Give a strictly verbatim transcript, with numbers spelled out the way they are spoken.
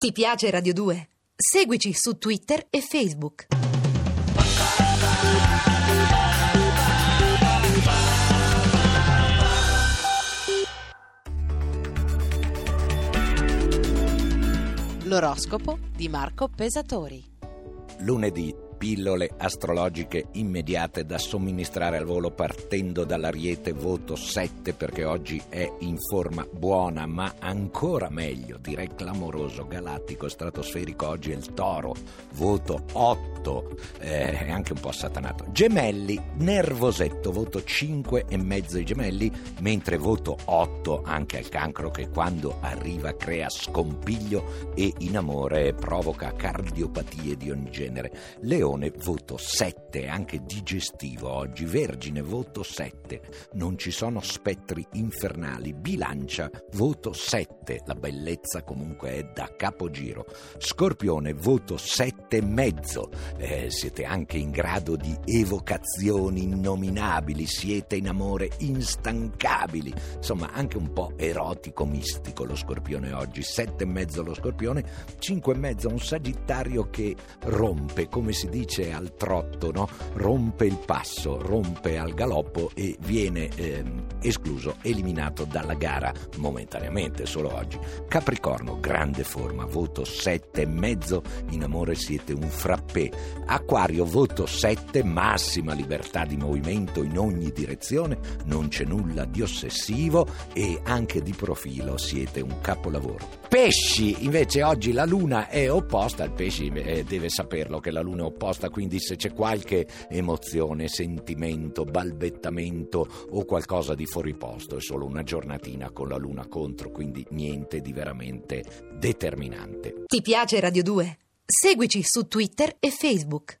Ti piace Radio due? Seguici su Twitter e Facebook. L'oroscopo di Marco Pesatori. Lunedì, pillole astrologiche immediate da somministrare al volo partendo dall'Ariete, voto sette perché oggi è in forma buona, ma ancora meglio, direi clamoroso, galattico, stratosferico, oggi è il Toro, voto otto, eh, è anche un po' satanato. Gemelli, nervosetto, voto cinque e mezzo ai Gemelli, mentre voto otto anche al Cancro, che quando arriva crea scompiglio e in amore provoca cardiopatie di ogni genere. Leone, voto sette, anche digestivo oggi. Vergine, voto sette, non ci sono spettri infernali. Bilancia, voto sette, la bellezza comunque è da capogiro. Scorpione, voto sette e mezzo, eh, siete anche in grado di evocazioni innominabili, siete in amore instancabili, insomma anche un po' erotico mistico lo Scorpione oggi. Sette e mezzo lo Scorpione, cinque e mezzo un Sagittario che rompe, come si dice al trotto, no? Rompe il passo, rompe al galoppo e viene ehm, escluso, eliminato dalla gara momentaneamente, solo oggi. Capricorno, grande forma, voto sette e mezzo, in amore siete un frappè. Acquario, voto sette, massima libertà di movimento in ogni direzione, non c'è nulla di ossessivo e anche di profilo siete un capolavoro. Pesci, invece oggi la luna è opposta, il pesci eh, deve saperlo che la luna è opposta, quindi se c'è qualche emozione, sentimento, balbettamento o qualcosa di fuori posto è solo una giornatina con la luna contro, quindi niente di veramente determinante. Ti piace Radio due? Seguici su Twitter e Facebook.